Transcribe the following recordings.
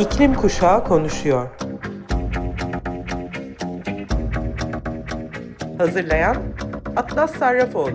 İklim Kuşağı konuşuyor. Hazırlayan Atlas Sarrafoğlu.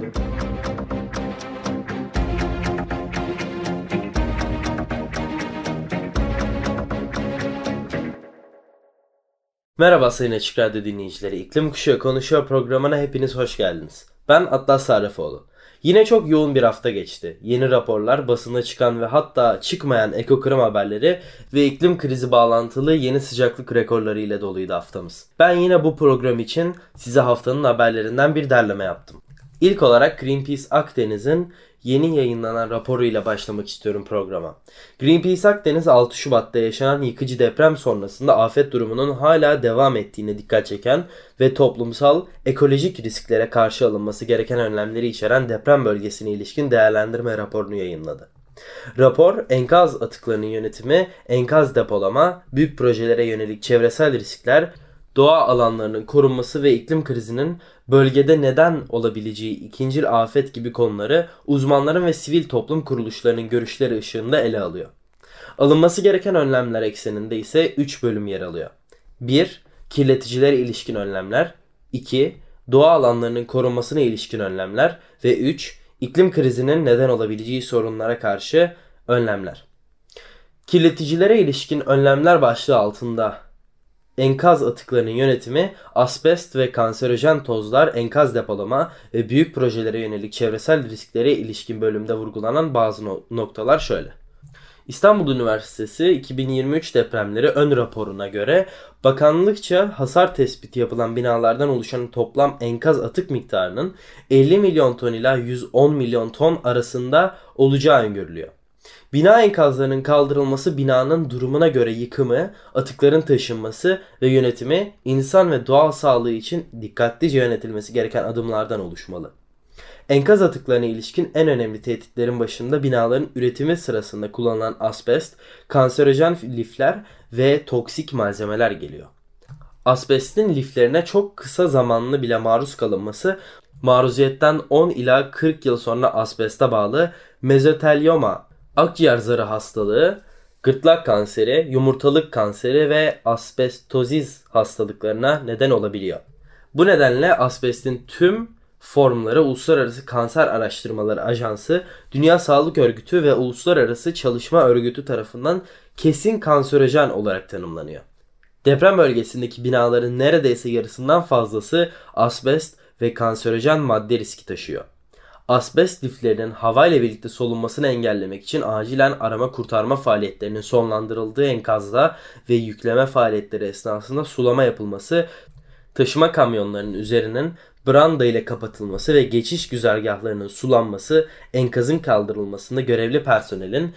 Merhaba Sayın Açık Radyo dinleyicileri. İklim Kuşağı konuşuyor programına hepiniz hoş geldiniz. Ben Atlas Sarrafoğlu. Yine çok yoğun bir hafta geçti. Yeni raporlar, basına çıkan ve hatta çıkmayan ekokırım haberleri ve iklim krizi bağlantılı yeni sıcaklık rekorları ile doluydu haftamız. Ben yine bu program için size haftanın haberlerinden bir derleme yaptım. İlk olarak Greenpeace Akdeniz'in yeni yayınlanan raporuyla başlamak istiyorum programa. Greenpeace Akdeniz 6 Şubat'ta yaşanan yıkıcı deprem sonrasında afet durumunun hala devam ettiğine dikkat çeken ve toplumsal, ekolojik risklere karşı alınması gereken önlemleri içeren deprem bölgesine ilişkin değerlendirme raporunu yayınladı. Rapor, enkaz atıklarının yönetimi, enkaz depolama, büyük projelere yönelik çevresel riskler, doğa alanlarının korunması ve iklim krizinin bölgede neden olabileceği ikincil afet gibi konuları uzmanların ve sivil toplum kuruluşlarının görüşleri ışığında ele alıyor. Alınması gereken önlemler ekseninde ise 3 bölüm yer alıyor. 1. Kirleticilere ilişkin önlemler. 2. Doğa alanlarının korunmasına ilişkin önlemler. Ve 3. İklim krizinin neden olabileceği sorunlara karşı önlemler. Kirleticilere ilişkin önlemler başlığı altında enkaz atıklarının yönetimi, asbest ve kanserojen tozlar, enkaz depolama ve büyük projelere yönelik çevresel risklere ilişkin bölümde vurgulanan bazı noktalar şöyle. İstanbul Üniversitesi 2023 depremleri ön raporuna göre bakanlıkça hasar tespiti yapılan binalardan oluşan toplam enkaz atık miktarının 50 milyon ton ila 110 milyon ton arasında olacağı öngörülüyor. Bina enkazlarının kaldırılması, binanın durumuna göre yıkımı, atıkların taşınması ve yönetimi insan ve doğal sağlığı için dikkatlice yönetilmesi gereken adımlardan oluşmalı. Enkaz atıklarına ilişkin en önemli tehditlerin başında binaların üretimi sırasında kullanılan asbest, kanserojen lifler ve toksik malzemeler geliyor. Asbestin liflerine çok kısa zamanlı bile maruz kalınması, maruziyetten 10 ila 40 yıl sonra asbeste bağlı mezotelioma, akciğer zarı hastalığı, gırtlak kanseri, yumurtalık kanseri ve asbestozis hastalıklarına neden olabiliyor. Bu nedenle asbestin tüm formları Uluslararası Kanser Araştırmaları Ajansı, Dünya Sağlık Örgütü ve Uluslararası Çalışma Örgütü tarafından kesin kanserojen olarak tanımlanıyor. Deprem bölgesindeki binaların neredeyse yarısından fazlası asbest ve kanserojen madde riski taşıyor. Asbest liflerinin havayla birlikte solunmasını engellemek için acilen arama kurtarma faaliyetlerinin sonlandırıldığı enkazda ve yükleme faaliyetleri esnasında sulama yapılması, taşıma kamyonlarının üzerinin branda ile kapatılması ve geçiş güzergahlarının sulanması, enkazın kaldırılmasında görevli personelin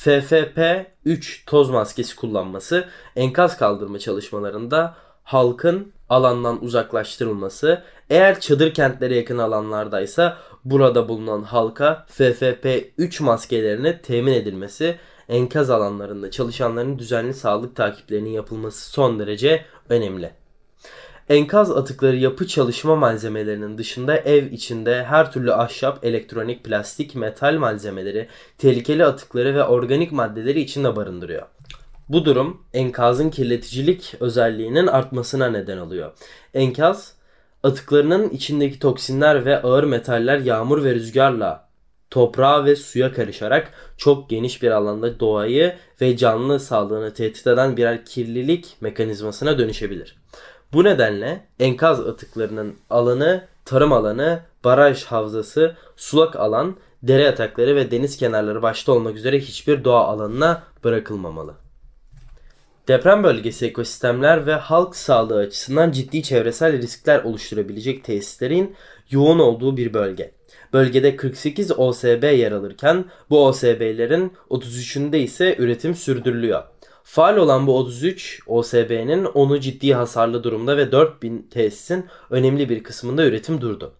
FFP3 toz maskesi kullanması, enkaz kaldırma çalışmalarında halkın alandan uzaklaştırılması, eğer çadır kentlere yakın alanlardaysa burada bulunan halka FFP3 maskelerini temin edilmesi, enkaz alanlarında çalışanların düzenli sağlık takiplerinin yapılması son derece önemli. Enkaz atıkları yapı çalışma malzemelerinin dışında ev içinde her türlü ahşap, elektronik, plastik, metal malzemeleri, tehlikeli atıkları ve organik maddeleri içinde barındırıyor. Bu durum enkazın kirleticilik özelliğinin artmasına neden oluyor. Enkaz atıklarının içindeki toksinler ve ağır metaller yağmur ve rüzgarla toprağa ve suya karışarak çok geniş bir alanda doğayı ve canlı sağlığını tehdit eden birer kirlilik mekanizmasına dönüşebilir. Bu nedenle enkaz atıklarının alanı, tarım alanı, baraj havzası, sulak alan, dere yatakları ve deniz kenarları başta olmak üzere hiçbir doğa alanına bırakılmamalı. Deprem bölgesi ekosistemler ve halk sağlığı açısından ciddi çevresel riskler oluşturabilecek tesislerin yoğun olduğu bir bölge. Bölgede 48 OSB yer alırken bu OSB'lerin 33'ünde ise üretim sürdürülüyor. Faal olan bu 33 OSB'nin 10'u ciddi hasarlı durumda ve 4000 tesisin önemli bir kısmında üretim durdu.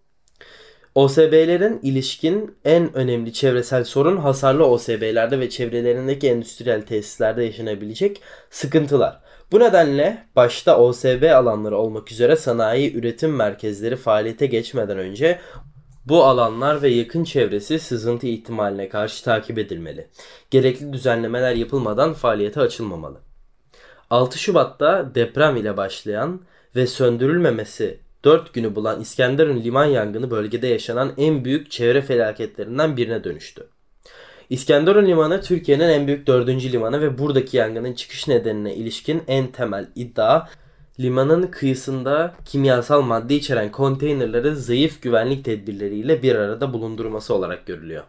OSB'lerin ilişkin en önemli çevresel sorun hasarlı OSB'lerde ve çevrelerindeki endüstriyel tesislerde yaşanabilecek sıkıntılar. Bu nedenle başta OSB alanları olmak üzere sanayi üretim merkezleri faaliyete geçmeden önce bu alanlar ve yakın çevresi sızıntı ihtimaline karşı takip edilmeli. Gerekli düzenlemeler yapılmadan faaliyete açılmamalı. 6 Şubat'ta deprem ile başlayan ve söndürülmemesi 4 günü bulan İskenderun liman yangını bölgede yaşanan en büyük çevre felaketlerinden birine dönüştü. İskenderun Limanı Türkiye'nin en büyük 4. limanı ve buradaki yangının çıkış nedenine ilişkin en temel iddia, limanın kıyısında kimyasal madde içeren konteynerleri zayıf güvenlik tedbirleriyle bir arada bulundurması olarak görülüyor.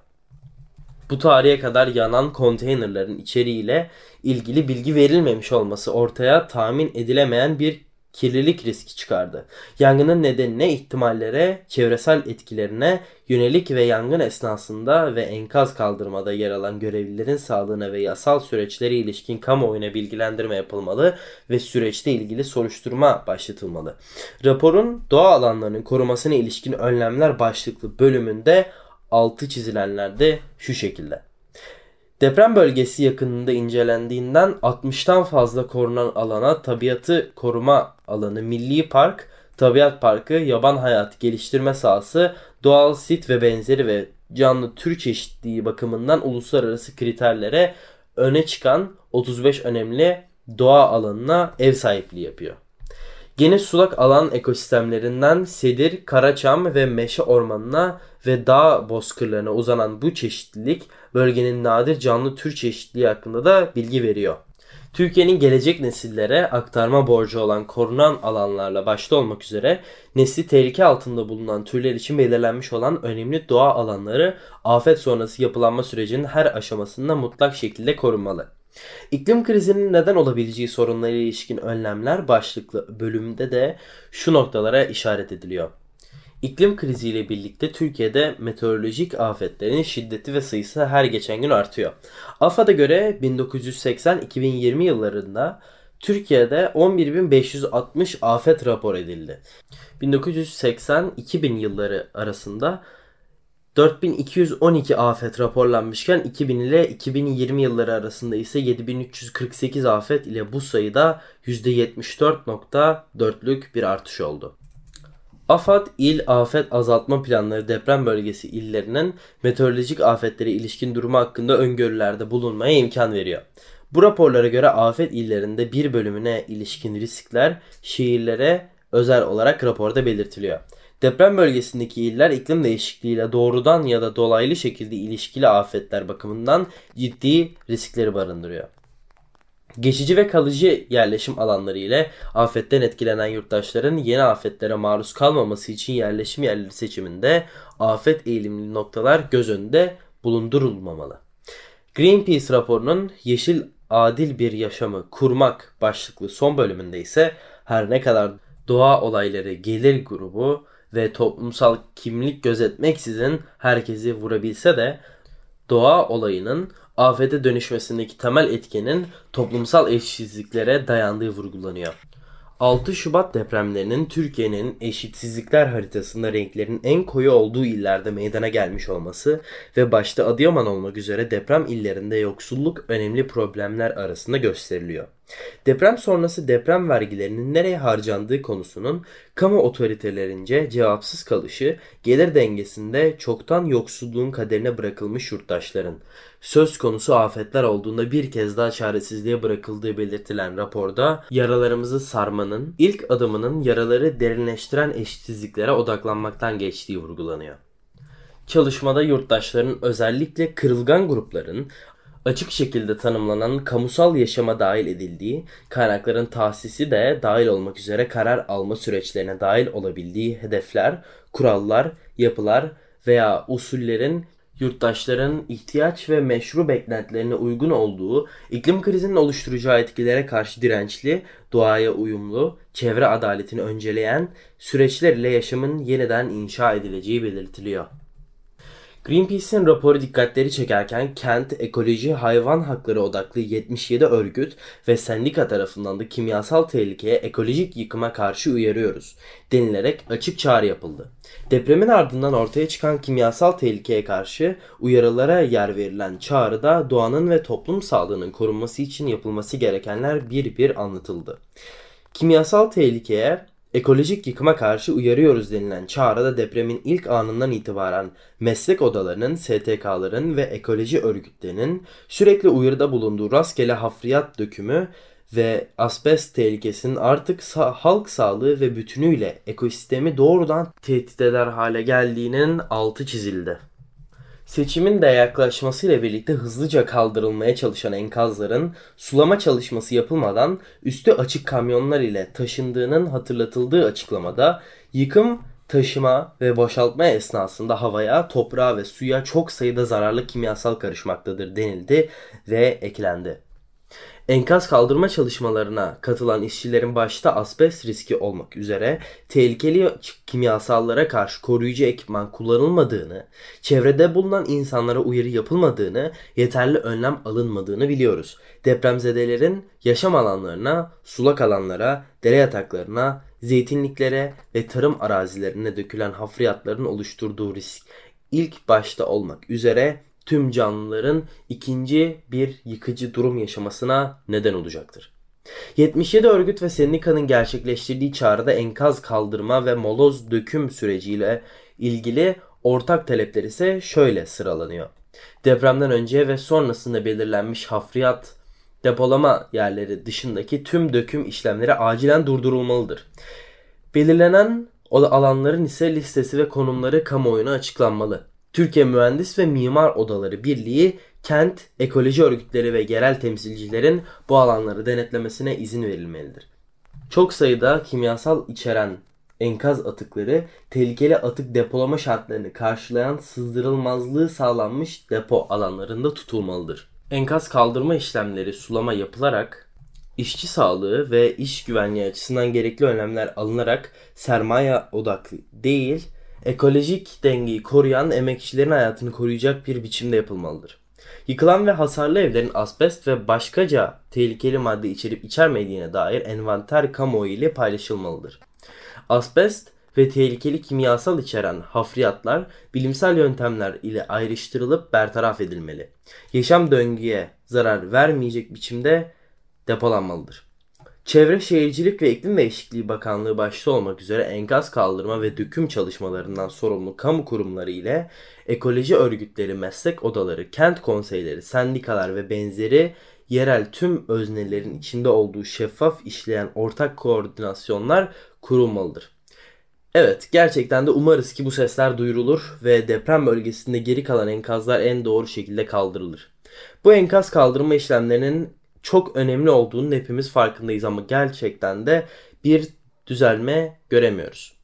Bu tarihe kadar yanan konteynerlerin içeriğiyle ilgili bilgi verilmemiş olması ortaya tahmin edilemeyen bir kirlilik riski çıkardı. Yangının nedenine, ihtimallere, çevresel etkilerine yönelik ve yangın esnasında ve enkaz kaldırmada yer alan görevlilerin sağlığına ve yasal süreçlere ilişkin kamuoyuna bilgilendirme yapılmalı ve süreçte ilgili soruşturma başlatılmalı. Raporun doğa alanlarının korumasına ilişkin önlemler başlıklı bölümünde altı çizilenler de şu şekilde. Deprem bölgesi yakınında incelendiğinden 60'tan fazla korunan alana tabiatı koruma alanı, milli park, tabiat parkı, yaban hayatı geliştirme sahası, doğal sit ve benzeri ve canlı tür çeşitliliği bakımından uluslararası kriterlere öne çıkan 35 önemli doğa alanına ev sahipliği yapıyor. Geniş sulak alan ekosistemlerinden sedir, karaçam ve meşe ormanına ve dağ bozkırlarına uzanan bu çeşitlilik bölgenin nadir canlı tür çeşitliliği hakkında da bilgi veriyor. Türkiye'nin gelecek nesillere aktarma borcu olan korunan alanlarla başta olmak üzere nesli tehlike altında bulunan türler için belirlenmiş olan önemli doğa alanları afet sonrası yapılanma sürecinin her aşamasında mutlak şekilde korunmalı. İklim krizinin neden olabileceği sorunlara ilişkin önlemler başlıklı bölümde de şu noktalara işaret ediliyor. İklim kriziyle birlikte Türkiye'de meteorolojik afetlerin şiddeti ve sayısı her geçen gün artıyor. AFAD'a göre 1980-2020 yıllarında Türkiye'de 11.560 afet rapor edildi. 1980-2000 yılları arasında 4212 afet raporlanmışken 2000 ile 2020 yılları arasında ise 7348 afet ile bu sayıda %74.4'lük bir artış oldu. AFAD, İl Afet Azaltma Planları deprem bölgesi illerinin meteorolojik afetlere ilişkin durumu hakkında öngörülerde bulunmaya imkan veriyor. Bu raporlara göre afet illerinde bir bölümüne ilişkin riskler şehirlere özel olarak raporda belirtiliyor. Deprem bölgesindeki iller iklim değişikliğiyle doğrudan ya da dolaylı şekilde ilişkili afetler bakımından ciddi riskleri barındırıyor. Geçici ve kalıcı yerleşim alanları ile afetten etkilenen yurttaşların yeni afetlere maruz kalmaması için yerleşim yerleri seçiminde afet eğilimli noktalar göz önünde bulundurulmamalı. Greenpeace raporunun Yeşil Adil Bir Yaşamı Kurmak başlıklı son bölümünde ise her ne kadar doğa olayları gelir grubu ve toplumsal kimlik gözetmeksizin herkesi vurabilse de doğa olayının afete dönüşmesindeki temel etkenin toplumsal eşitsizliklere dayandığı vurgulanıyor. 6 Şubat depremlerinin Türkiye'nin eşitsizlikler haritasında renklerin en koyu olduğu illerde meydana gelmiş olması ve başta Adıyaman olmak üzere deprem illerinde yoksulluk önemli problemler arasında gösteriliyor. Deprem sonrası deprem vergilerinin nereye harcandığı konusunun kamu otoritelerince cevapsız kalışı, gelir dengesinde çoktan yoksulluğun kaderine bırakılmış yurttaşların söz konusu afetler olduğunda bir kez daha çaresizliğe bırakıldığı belirtilen raporda yaralarımızı sarmanın ilk adımının yaraları derinleştiren eşitsizliklere odaklanmaktan geçtiği vurgulanıyor. Çalışmada yurttaşların, özellikle kırılgan grupların açık şekilde tanımlanan kamusal yaşama dahil edildiği, kaynakların tahsisi de dahil olmak üzere karar alma süreçlerine dahil olabildiği hedefler, kurallar, yapılar veya usullerin yurttaşların ihtiyaç ve meşru beklentilerine uygun olduğu, iklim krizinin oluşturacağı etkilere karşı dirençli, doğaya uyumlu, çevre adaletini önceleyen süreçler ile yaşamın yeniden inşa edileceği belirtiliyor. Greenpeace'in raporu dikkatleri çekerken kent, ekoloji, hayvan hakları odaklı 77 örgüt ve sendika tarafından da kimyasal tehlikeye, ekolojik yıkıma karşı uyarıyoruz denilerek açık çağrı yapıldı. Depremin ardından ortaya çıkan kimyasal tehlikeye karşı uyarılara yer verilen çağrıda doğanın ve toplum sağlığının korunması için yapılması gerekenler bir bir anlatıldı. Kimyasal tehlikeye, ekolojik yıkıma karşı uyarıyoruz denilen çağrıda depremin ilk anından itibaren meslek odalarının, STK'ların ve ekoloji örgütlerinin sürekli uyarıda bulunduğu rastgele hafriyat dökümü ve asbest tehlikesinin artık halk sağlığı ve bütünüyle ekosistemi doğrudan tehdit eder hale geldiğinin altı çizildi. Seçimin de yaklaşmasıyla birlikte hızlıca kaldırılmaya çalışan enkazların sulama çalışması yapılmadan üstü açık kamyonlar ile taşındığının hatırlatıldığı açıklamada yıkım, taşıma ve boşaltma esnasında havaya, toprağa ve suya çok sayıda zararlı kimyasal karışmaktadır denildi ve eklendi. Enkaz kaldırma çalışmalarına katılan işçilerin başta asbest riski olmak üzere tehlikeli kimyasallara karşı koruyucu ekipman kullanılmadığını, çevrede bulunan insanlara uyarı yapılmadığını, yeterli önlem alınmadığını biliyoruz. Depremzedelerin yaşam alanlarına, sulak alanlara, dere yataklarına, zeytinliklere ve tarım arazilerine dökülen hafriyatların oluşturduğu risk ilk başta olmak üzere tüm canlıların ikinci bir yıkıcı durum yaşamasına neden olacaktır. 77 örgüt ve sendikanın gerçekleştirdiği çağrıda enkaz kaldırma ve moloz döküm süreciyle ilgili ortak talepler ise şöyle sıralanıyor. Depremden önce ve sonrasında belirlenmiş hafriyat depolama yerleri dışındaki tüm döküm işlemleri acilen durdurulmalıdır. Belirlenen alanların ise listesi ve konumları kamuoyuna açıklanmalı. Türkiye Mühendis ve Mimar Odaları Birliği, kent, ekoloji örgütleri ve yerel temsilcilerin bu alanları denetlemesine izin verilmelidir. Çok sayıda kimyasal içeren enkaz atıkları tehlikeli atık depolama şartlarını karşılayan sızdırılmazlığı sağlanmış depo alanlarında tutulmalıdır. Enkaz kaldırma işlemleri sulama yapılarak, işçi sağlığı ve iş güvenliği açısından gerekli önlemler alınarak sermaye odaklı değil, ekolojik dengeyi koruyan, emekçilerin hayatını koruyacak bir biçimde yapılmalıdır. Yıkılan ve hasarlı evlerin asbest ve başkaca tehlikeli madde içerip içermediğine dair envanter kamuoyu ile paylaşılmalıdır. Asbest ve tehlikeli kimyasal içeren hafriyatlar bilimsel yöntemler ile ayrıştırılıp bertaraf edilmeli. Yaşam döngüye zarar vermeyecek biçimde depolanmalıdır. Çevre, Şehircilik ve İklim Değişikliği Bakanlığı başta olmak üzere enkaz kaldırma ve döküm çalışmalarından sorumlu kamu kurumları ile ekoloji örgütleri, meslek odaları, kent konseyleri, sendikalar ve benzeri yerel tüm öznelerin içinde olduğu şeffaf işleyen ortak koordinasyonlar kurulmalıdır. Evet, gerçekten de umarız ki bu sesler duyurulur ve deprem bölgesinde geri kalan enkazlar en doğru şekilde kaldırılır. Bu enkaz kaldırma işlemlerinin çok önemli olduğunun hepimiz farkındayız ama gerçekten de bir düzelme göremiyoruz.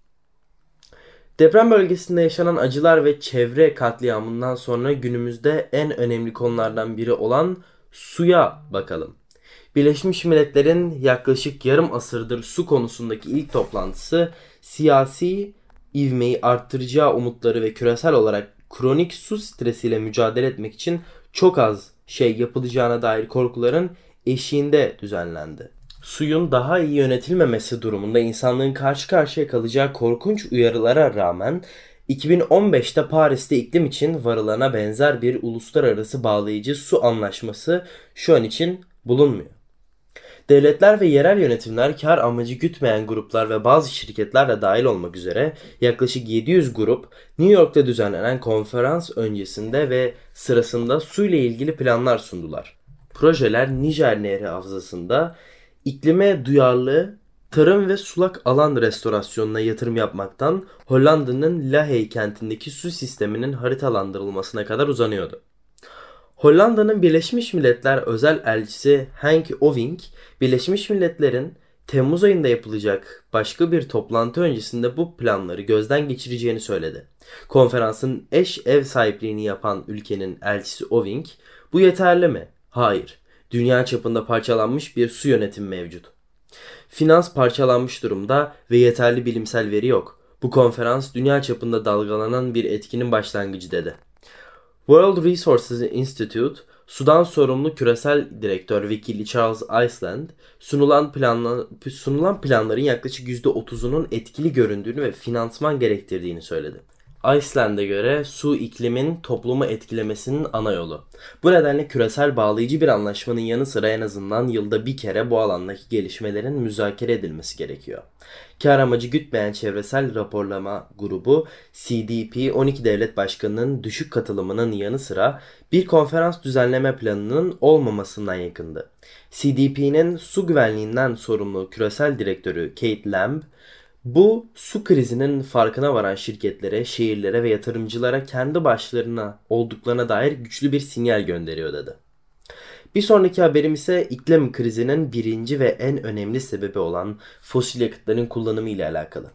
Deprem bölgesinde yaşanan acılar ve çevre katliamından sonra günümüzde en önemli konulardan biri olan suya bakalım. Birleşmiş Milletler'in yaklaşık yarım asırdır su konusundaki ilk toplantısı siyasi ivmeyi arttıracağı umutları ve küresel olarak kronik su stresiyle mücadele etmek için çok az şey yapılacağına dair korkuların eşiğinde düzenlendi. Suyun daha iyi yönetilmemesi durumunda insanlığın karşı karşıya kalacağı korkunç uyarılara rağmen 2015'te Paris'te iklim için varılana benzer bir uluslararası bağlayıcı su anlaşması şu an için bulunmuyor. Devletler ve yerel yönetimler kar amacı gütmeyen gruplar ve bazı şirketler de dahil olmak üzere yaklaşık 700 grup New York'ta düzenlenen konferans öncesinde ve sırasında suyla ilgili planlar sundular. Projeler Nijer Nehri Havzası'nda iklime duyarlı tarım ve sulak alan restorasyonuna yatırım yapmaktan Hollanda'nın Lahey kentindeki su sisteminin haritalandırılmasına kadar uzanıyordu. Hollanda'nın Birleşmiş Milletler özel elçisi Henk Oving, Birleşmiş Milletler'in Temmuz ayında yapılacak başka bir toplantı öncesinde bu planları gözden geçireceğini söyledi. Konferansın eş ev sahipliğini yapan ülkenin elçisi Oving, bu yeterli mi? Hayır. Dünya çapında parçalanmış bir su yönetimi mevcut. Finans parçalanmış durumda ve yeterli bilimsel veri yok. Bu konferans dünya çapında dalgalanan bir etkinin başlangıcı dedi. World Resources Institute, sudan sorumlu küresel direktör vekili Charles Iceland, sunulan planların yaklaşık %30'unun etkili göründüğünü ve finansman gerektirdiğini söyledi. Iceland'e göre su iklimin toplumu etkilemesinin ana yolu. Bu nedenle küresel bağlayıcı bir anlaşmanın yanı sıra en azından yılda bir kere bu alandaki gelişmelerin müzakere edilmesi gerekiyor. Kar amacı gütmeyen çevresel raporlama grubu CDP 12 devlet başkanının düşük katılımının yanı sıra bir konferans düzenleme planının olmamasından yakındı. CDP'nin su güvenliğinden sorumlu küresel direktörü Kate Lamb, bu su krizinin farkına varan şirketlere, şehirlere ve yatırımcılara kendi başlarına olduklarına dair güçlü bir sinyal gönderiyor dedi. Bir sonraki haberim ise iklim krizinin birinci ve en önemli sebebi olan fosil yakıtların kullanımı ile alakalı.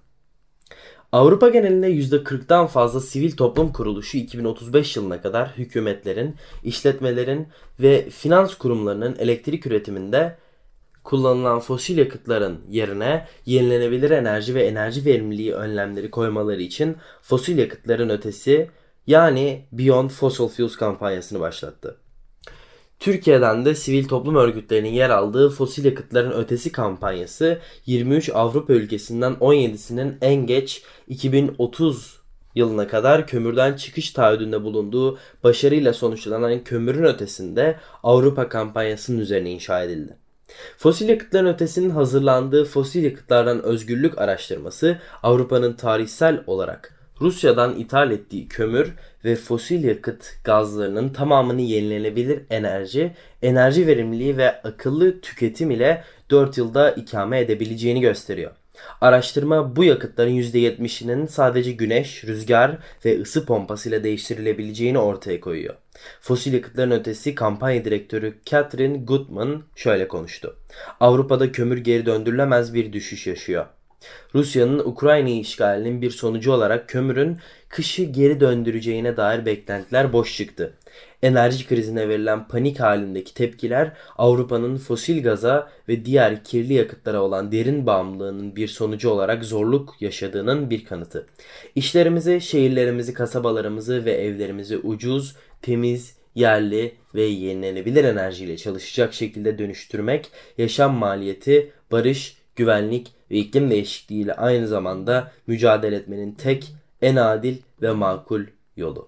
Avrupa genelinde %40'tan fazla sivil toplum kuruluşu 2035 yılına kadar hükümetlerin, işletmelerin ve finans kurumlarının elektrik üretiminde kullanılan fosil yakıtların yerine yenilenebilir enerji ve enerji verimliliği önlemleri koymaları için fosil yakıtların ötesi yani Beyond Fossil Fuels kampanyasını başlattı. Türkiye'den de sivil toplum örgütlerinin yer aldığı fosil yakıtların ötesi kampanyası 23 Avrupa ülkesinden 17'sinin en geç 2030 yılına kadar kömürden çıkış taahhüdünde bulunduğu başarıyla sonuçlanan kömürün ötesinde Avrupa kampanyasının üzerine inşa edildi. Fosil yakıtların ötesinin hazırlandığı fosil yakıtlardan özgürlük araştırması Avrupa'nın tarihsel olarak Rusya'dan ithal ettiği kömür ve fosil yakıt gazlarının tamamını yenilenebilir enerji verimliliği ve akıllı tüketim ile 4 yılda ikame edebileceğini gösteriyor. Araştırma bu yakıtların %70'inin sadece güneş, rüzgar ve ısı pompasıyla değiştirilebileceğini ortaya koyuyor. Fosil yakıtların ötesi kampanya direktörü Catherine Goodman şöyle konuştu. Avrupa'da kömür geri döndürülemez bir düşüş yaşıyor. Rusya'nın Ukrayna'yı işgalinin bir sonucu olarak kömürün kışı geri döndüreceğine dair beklentiler boş çıktı. Enerji krizine verilen panik halindeki tepkiler Avrupa'nın fosil gaza ve diğer kirli yakıtlara olan derin bağımlılığının bir sonucu olarak zorluk yaşadığının bir kanıtı. İşlerimizi, şehirlerimizi, kasabalarımızı ve evlerimizi ucuz, temiz, yerli ve yenilenebilir enerjiyle çalışacak şekilde dönüştürmek, yaşam maliyeti, barış, güvenlik ve iklim değişikliği ile aynı zamanda mücadele etmenin tek, en adil ve makul yolu.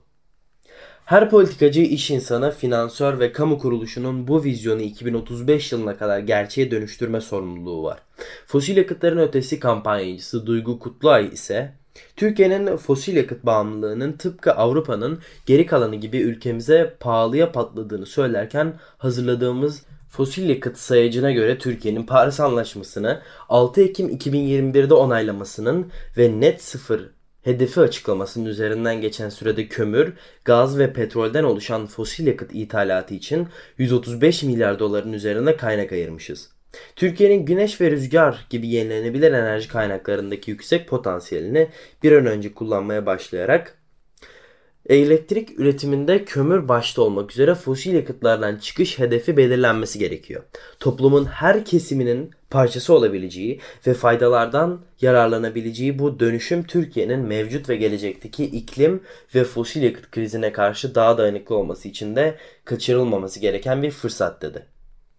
Her politikacı, iş insanı, finansör ve kamu kuruluşunun bu vizyonu 2035 yılına kadar gerçeğe dönüştürme sorumluluğu var. Fosil yakıtların ötesi kampanyacısı Duygu Kutluay ise Türkiye'nin fosil yakıt bağımlılığının tıpkı Avrupa'nın geri kalanı gibi ülkemize pahalıya patladığını söylerken hazırladığımız fosil yakıt sayacına göre Türkiye'nin Paris Anlaşması'nı 6 Ekim 2021'de onaylamasının ve net sıfır hedefi açıklamasının üzerinden geçen sürede kömür, gaz ve petrolden oluşan fosil yakıt ithalatı için 135 milyar doların üzerinde kaynak ayırmışız. Türkiye'nin güneş ve rüzgar gibi yenilenebilir enerji kaynaklarındaki yüksek potansiyelini bir an önce kullanmaya başlayarak elektrik üretiminde kömür başta olmak üzere fosil yakıtlardan çıkış hedefi belirlenmesi gerekiyor. Toplumun her kesiminin parçası olabileceği ve faydalardan yararlanabileceği bu dönüşüm Türkiye'nin mevcut ve gelecekteki iklim ve fosil yakıt krizine karşı daha dayanıklı olması için de kaçırılmaması gereken bir fırsat dedi.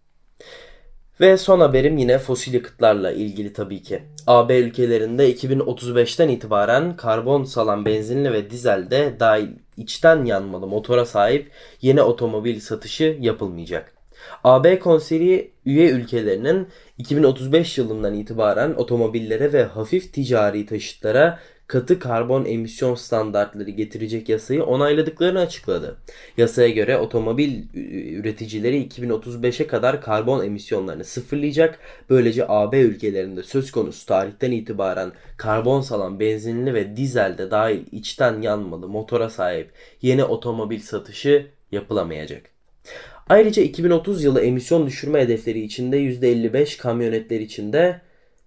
Ve son haberim yine fosil yakıtlarla ilgili tabii ki. AB ülkelerinde 2035'ten itibaren karbon salan benzinli ve dizelde dahil içten yanmalı motora sahip yeni otomobil satışı yapılmayacak. AB Konseyi üye ülkelerinin 2035 yılından itibaren otomobillere ve hafif ticari taşıtlara katı karbon emisyon standartları getirecek yasayı onayladıklarını açıkladı. Yasaya göre otomobil üreticileri 2035'e kadar karbon emisyonlarını sıfırlayacak. Böylece AB ülkelerinde söz konusu tarihten itibaren karbon salan benzinli ve dizelde dahil içten yanmalı motora sahip yeni otomobil satışı yapılamayacak. Ayrıca 2030 yılı emisyon düşürme hedefleri içinde %55, kamyonetler içinde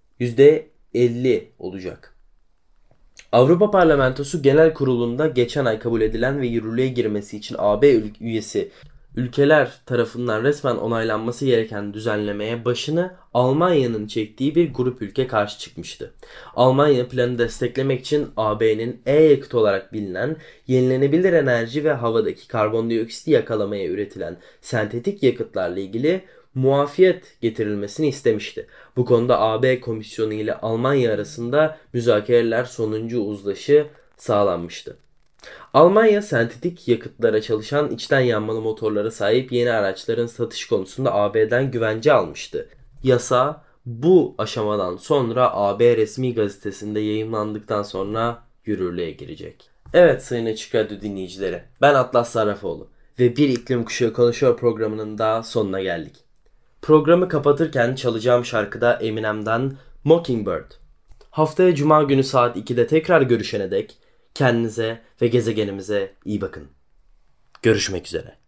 %50 olacak. Avrupa Parlamentosu Genel Kurulu'nda geçen ay kabul edilen ve yürürlüğe girmesi için AB üyesi ülkeler tarafından resmen onaylanması gereken düzenlemeye başını Almanya'nın çektiği bir grup ülke karşı çıkmıştı. Almanya planı desteklemek için AB'nin e-yakıt olarak bilinen yenilenebilir enerji ve havadaki karbondioksiti yakalamaya üretilen sentetik yakıtlarla ilgili muafiyet getirilmesini istemişti. Bu konuda AB Komisyonu ile Almanya arasında müzakereler sonuncu uzlaşı sağlanmıştı. Almanya sentetik yakıtlara çalışan içten yanmalı motorlara sahip yeni araçların satış konusunda AB'den güvence almıştı. Yasa bu aşamadan sonra AB resmi gazetesinde yayımlandıktan sonra yürürlüğe girecek. Evet sayın Açık Radyo dinleyicileri, ben Atlas Sarrafoğlu ve Bir İklim Kuşağı Konuşuyor programının da sonuna geldik. Programı kapatırken çalacağım şarkı da Eminem'den Mockingbird. Haftaya Cuma günü saat 2'de tekrar görüşene dek kendinize ve gezegenimize iyi bakın. Görüşmek üzere.